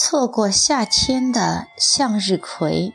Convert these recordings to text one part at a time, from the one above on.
错过夏天的向日葵。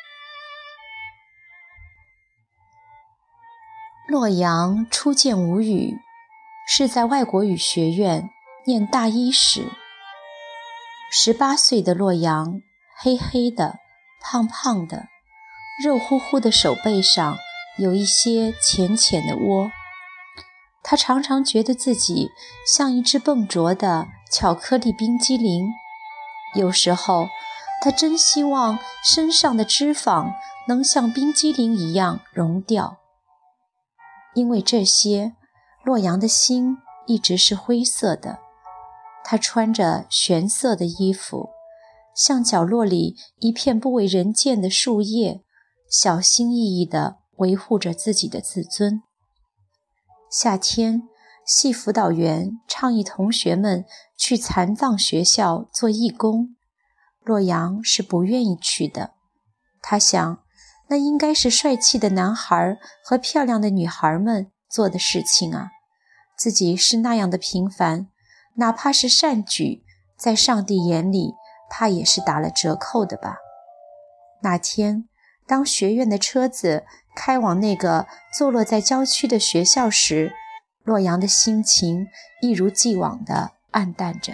洛阳初见吴语，是在外国语学院念大一时。18岁的洛阳，黑黑的，胖胖的，肉乎乎的手背上有一些浅浅的窝。他常常觉得自己像一只笨拙的巧克力冰激凌。有时候他真希望身上的脂肪能像冰激凌一样融掉。因为这些，洛阳的心一直是灰色的。他穿着玄色的衣服，像角落里一片不为人见的树叶，小心翼翼地维护着自己的自尊。夏天，系辅导员倡议同学们去残障学校做义工，洛阳是不愿意去的。他想，那应该是帅气的男孩和漂亮的女孩们做的事情啊，自己是那样的平凡，哪怕是善举，在上帝眼里怕也是打了折扣的吧。那天，当学院的车子开往那个坐落在郊区的学校时，洛阳的心情一如既往地暗淡着。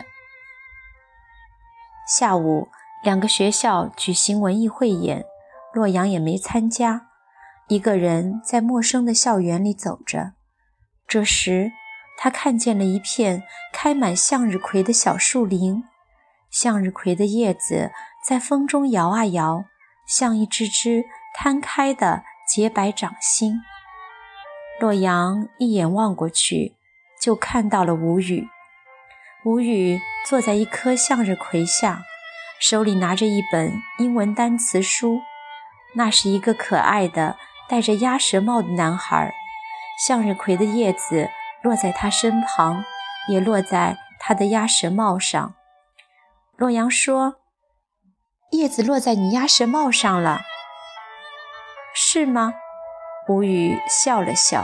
下午，2个学校举行文艺汇演，洛阳也没参加，一个人在陌生的校园里走着。这时，他看见了一片开满向日葵的小树林，向日葵的叶子在风中摇啊摇，像一只只摊开的洁白掌心。洛阳一眼望过去，就看到了吴语。吴语坐在一棵向日葵下，手里拿着一本英文单词书。那是一个可爱的戴着鸭舌帽的男孩，向日葵的叶子落在他身旁，也落在他的鸭舌帽上。洛阳说：“叶子落在你鸭舌帽上了。”“是吗？”吴语笑了笑。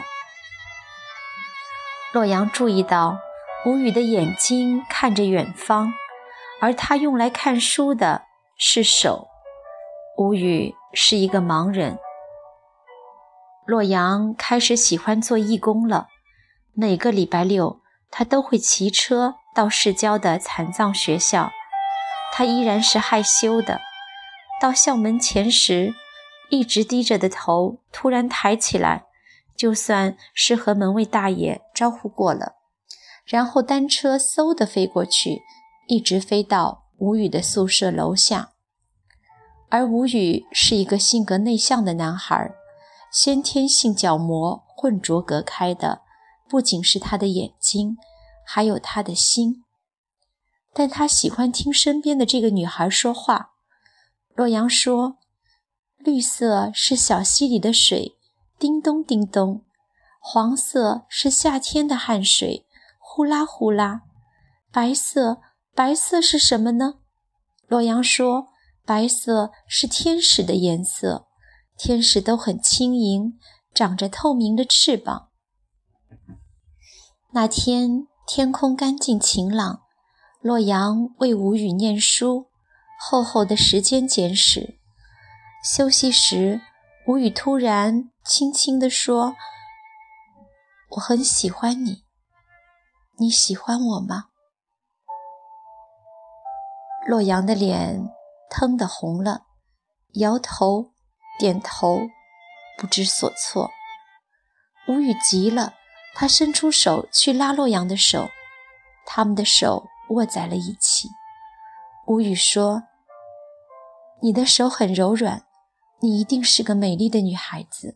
洛阳注意到吴语的眼睛看着远方，而他用来看书的是手。吴语是一个盲人。洛阳开始喜欢做义工了，每个礼拜六他都会骑车到市郊的残障学校。他依然是害羞的，到校门前时，一直低着的头突然抬起来，就算是和门卫大爷招呼过了，然后单车嗖地飞过去，一直飞到吴语的宿舍楼下。而吴语是一个性格内向的男孩，先天性角膜混浊隔开的不仅是他的眼睛，还有他的心。但他喜欢听身边的这个女孩说话。洛阳说：“绿色是小溪里的水，叮咚叮咚；黄色是夏天的汗水，呼啦呼啦；白色是什么呢？”洛阳说：“白色是天使的颜色，天使都很轻盈，长着透明的翅膀。”那天天空干净晴朗，洛阳为吴语念书，厚厚的时间简史。休息时，吴语突然轻轻地说：“我很喜欢你，你喜欢我吗？”洛阳的脸腾地红了，摇头点头，不知所措。吴语急了，他伸出手去拉洛阳的手，他们的手握在了一起。吴语说：“你的手很柔软，你一定是个美丽的女孩子。”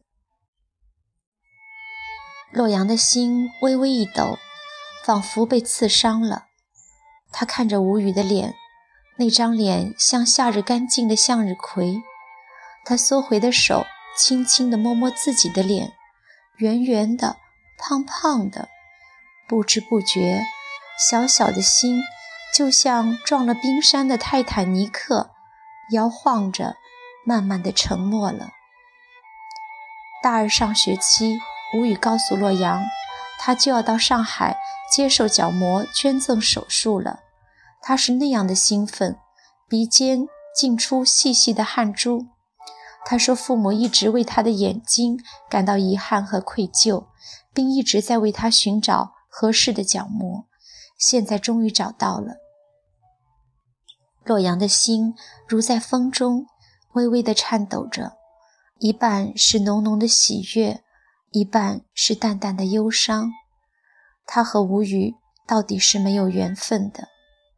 洛阳的心微微一抖，仿佛被刺伤了。他看着吴语的脸，那张脸像夏日干净的向日葵。他缩回的手轻轻地摸摸自己的脸，圆圆的，胖胖的。不知不觉，小小的心就像撞了冰山的泰坦尼克，摇晃着，慢慢地沉没了。大2上学期，吴语告诉洛阳，他就要到上海接受角膜捐赠手术了。他是那样的兴奋， 鼻尖浸出细细的汗珠。他说父母一直为他的眼睛感到遗憾和愧疚，并一直在为他寻找合适的角膜，现在终于找到了。洛阳的心如在风中微微地颤抖着，一半是浓浓的喜悦，一半是淡淡的忧伤。他和吴语到底是没有缘分的。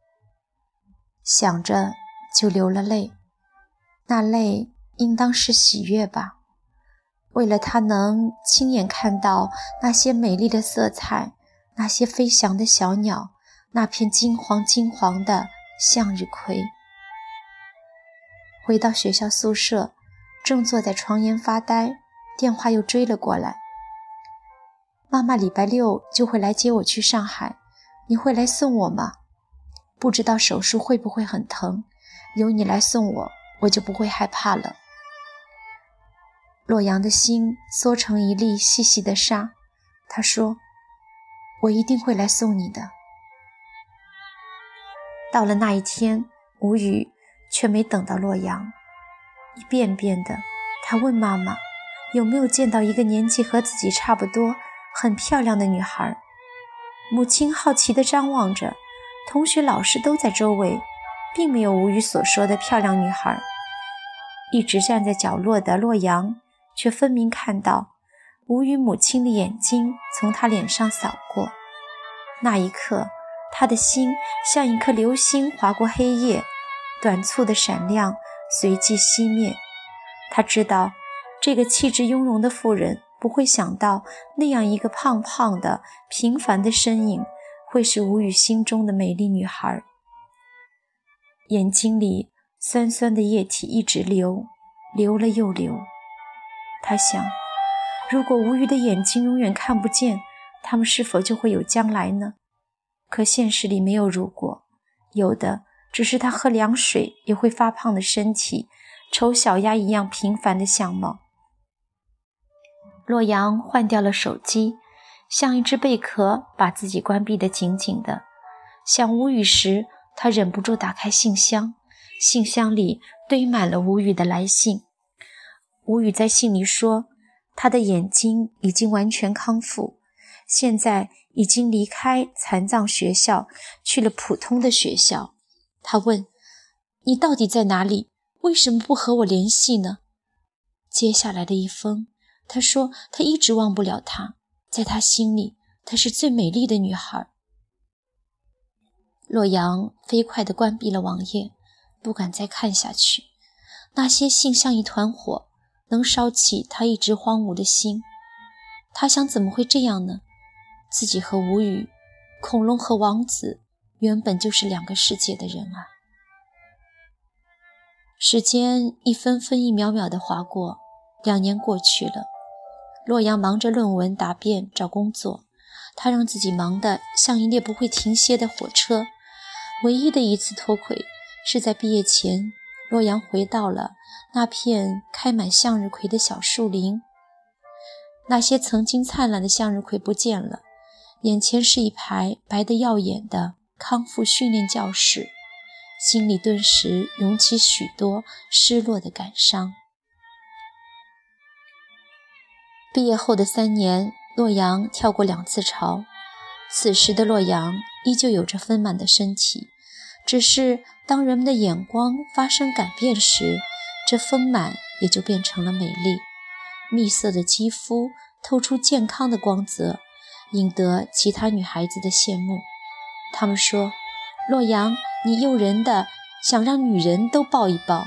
想着就流了泪，那泪应当是喜悦吧。为了他能亲眼看到那些美丽的色彩，那些飞翔的小鸟，那片金黄金黄的向日葵。回到学校宿舍，正坐在床沿发呆，电话又追了过来。妈妈礼拜六就会来接我去上海，你会来送我吗？不知道手术会不会很疼，有你来送我，我就不会害怕了。洛阳的心缩成一粒细细的沙，他说，我一定会来送你的。到了那一天，吴语却没等到洛阳，一遍遍的，他问妈妈有没有见到一个年纪和自己差不多很漂亮的女孩。母亲好奇地张望着，同学老师都在周围，并没有吴语所说的漂亮女孩。一直站在角落的洛阳却分明看到吴语母亲的眼睛从他脸上扫过，那一刻他的心像一颗流星划过黑夜，短促的闪亮随即熄灭。他知道这个气质雍容的妇人不会想到那样一个胖胖的平凡的身影会是吴语心中的美丽女孩。眼睛里酸酸的液体一直流，流了又流。他想，如果吴语的眼睛永远看不见，他们是否就会有将来呢？可现实里没有如果，有的只是他喝凉水也会发胖的身体，丑小鸭一样平凡的相貌。洛阳换掉了手机，像一只贝壳把自己关闭得紧紧的。想吴语时，他忍不住打开信箱，信箱里堆满了吴语的来信。吴语在信里说，他的眼睛已经完全康复，现在已经离开残障学校，去了普通的学校。他问，你到底在哪里？为什么不和我联系呢？接下来的一封，他说他一直忘不了她，在他心里，她是最美丽的女孩。洛阳飞快地关闭了网页，不敢再看下去。那些信像一团火，能烧起他一直荒芜的心。他想，怎么会这样呢？自己和吴语，恐龙和王子，原本就是两个世界的人啊。时间一分分一秒秒地划过，2年过去了。洛阳忙着论文答辩找工作，他让自己忙得像一列不会停歇的火车。唯一的一次脱轨是在毕业前，洛阳回到了那片开满向日葵的小树林。那些曾经灿烂的向日葵不见了，眼前是一排白得耀眼的康复训练教室，心里顿时涌起许多失落的感伤。毕业后的3年，洛阳跳过2次槽。此时的洛阳依旧有着丰满的身体，只是当人们的眼光发生改变时，这丰满也就变成了美丽。蜜色的肌肤透出健康的光泽，引得其他女孩子的羡慕。她们说，洛阳，你诱人的想让女人都抱一抱。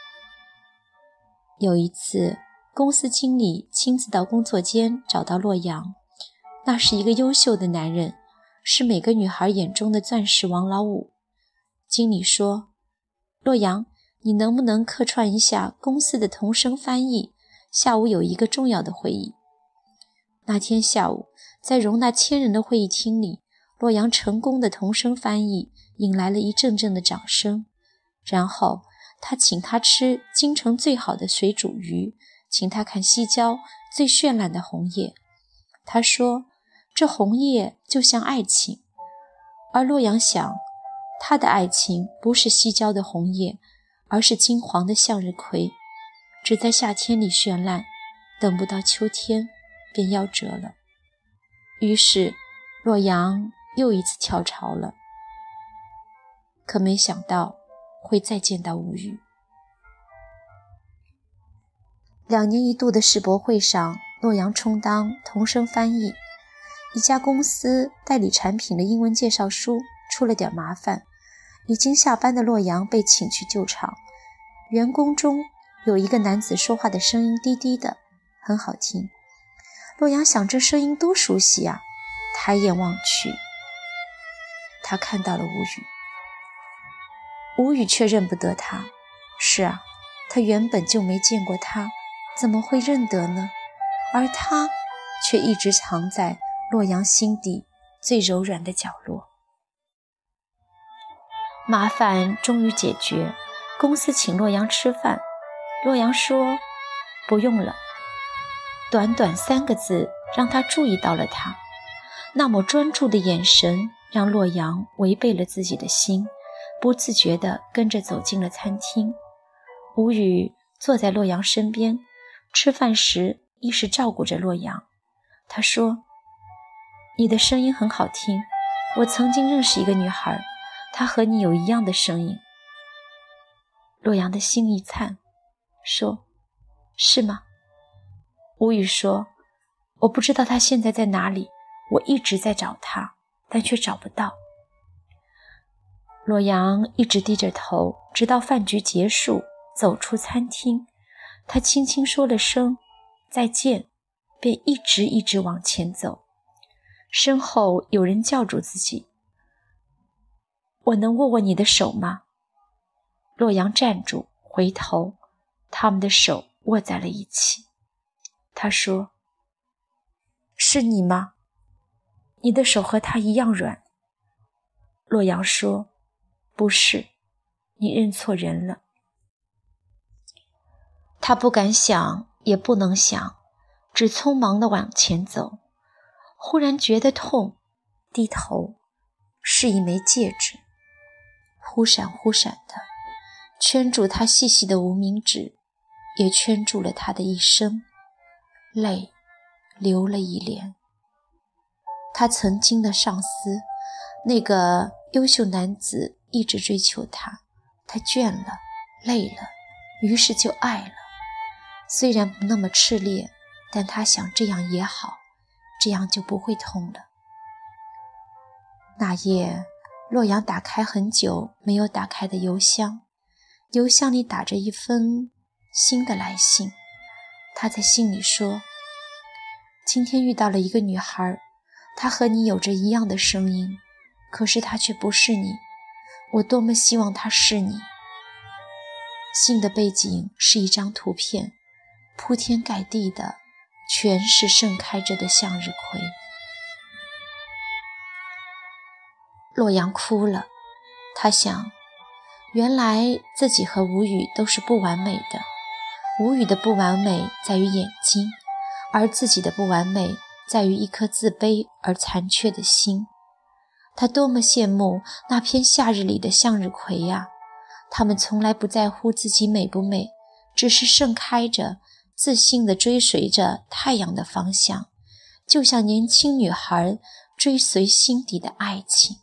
有一次，公司经理亲自到工作间找到洛阳，那是一个优秀的男人，是每个女孩眼中的钻石王老五。经理说，洛阳，你能不能客串一下公司的同声翻译？下午有一个重要的会议。那天下午，在容纳1000人的会议厅里，洛阳成功的同声翻译引来了一阵阵的掌声。然后他请他吃京城最好的水煮鱼，请他看西郊最绚烂的红叶。他说，这红叶就像爱情。而洛阳想， 他的爱情不是西郊的红叶，而是金黄的向日葵，只在夏天里绚烂，等不到秋天便夭折了。于是洛阳又一次跳槽了，可没想到会再见到吴语。2年一度的世博会上，洛阳充当同声翻译。一家公司代理产品的英文介绍书出了点麻烦，已经下班的洛阳被请去救场。员工中有一个男子说话的声音低低的，很好听。洛阳想，这声音多熟悉啊，抬眼望去，他看到了吴语。吴语却认不得他。是啊，他原本就没见过他，怎么会认得呢？而他却一直藏在洛阳心底最柔软的角落。麻烦终于解决，公司请洛阳吃饭。洛阳说不用了。短短3个字让他注意到了他，那么专注的眼神让洛阳违背了自己的心，不自觉地跟着走进了餐厅。吴语坐在洛阳身边，吃饭时一直照顾着洛阳。他说，你的声音很好听，我曾经认识一个女孩，她和你有一样的声音。洛阳的心一颤，说，是吗？吴语说，我不知道她现在在哪里，我一直在找她，但却找不到。洛阳一直低着头，直到饭局结束，走出餐厅，他轻轻说了声再见，便一直往前走。身后有人叫住自己，我能握握你的手吗？洛阳站住，回头，他们的手握在了一起。他说，是你吗？你的手和他一样软。洛阳说，不是，你认错人了。他不敢想，也不能想，只匆忙地往前走。忽然觉得痛，低头，是一枚戒指，忽闪忽闪的，圈住他细细的无名指，也圈住了他的一生。泪流了一脸。他曾经的上司，那个优秀男子一直追求他，他倦了，累了，于是就爱了。虽然不那么炽烈，但他想这样也好，这样就不会痛了。那夜，洛阳打开很久没有打开的邮箱，邮箱里打着一封新的来信。他在信里说，今天遇到了一个女孩，她和你有着一样的声音，可是她却不是你，我多么希望她是你。信的背景是一张图片，铺天盖地的全是盛开着的向日葵。洛阳哭了，他想，原来自己和吴语都是不完美的。吴语的不完美在于眼睛，而自己的不完美在于一颗自卑而残缺的心。他多么羡慕那片夏日里的向日葵呀！他们从来不在乎自己美不美，只是盛开着，自信地追随着太阳的方向，就像年轻女孩追随心底的爱情。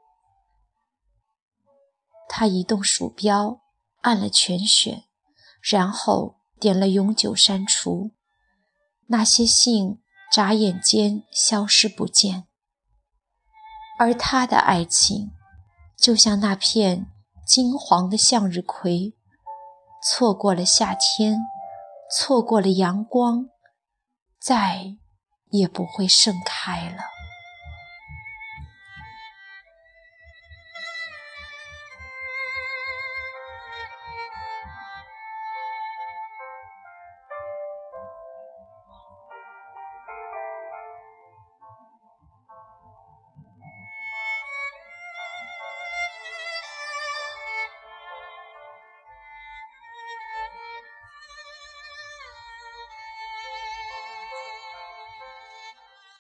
他移动鼠标，按了全选，然后点了永久删除。那些信眨眼间消失不见，而他的爱情就像那片金黄的向日葵，错过了夏天，错过了阳光，再也不会盛开了。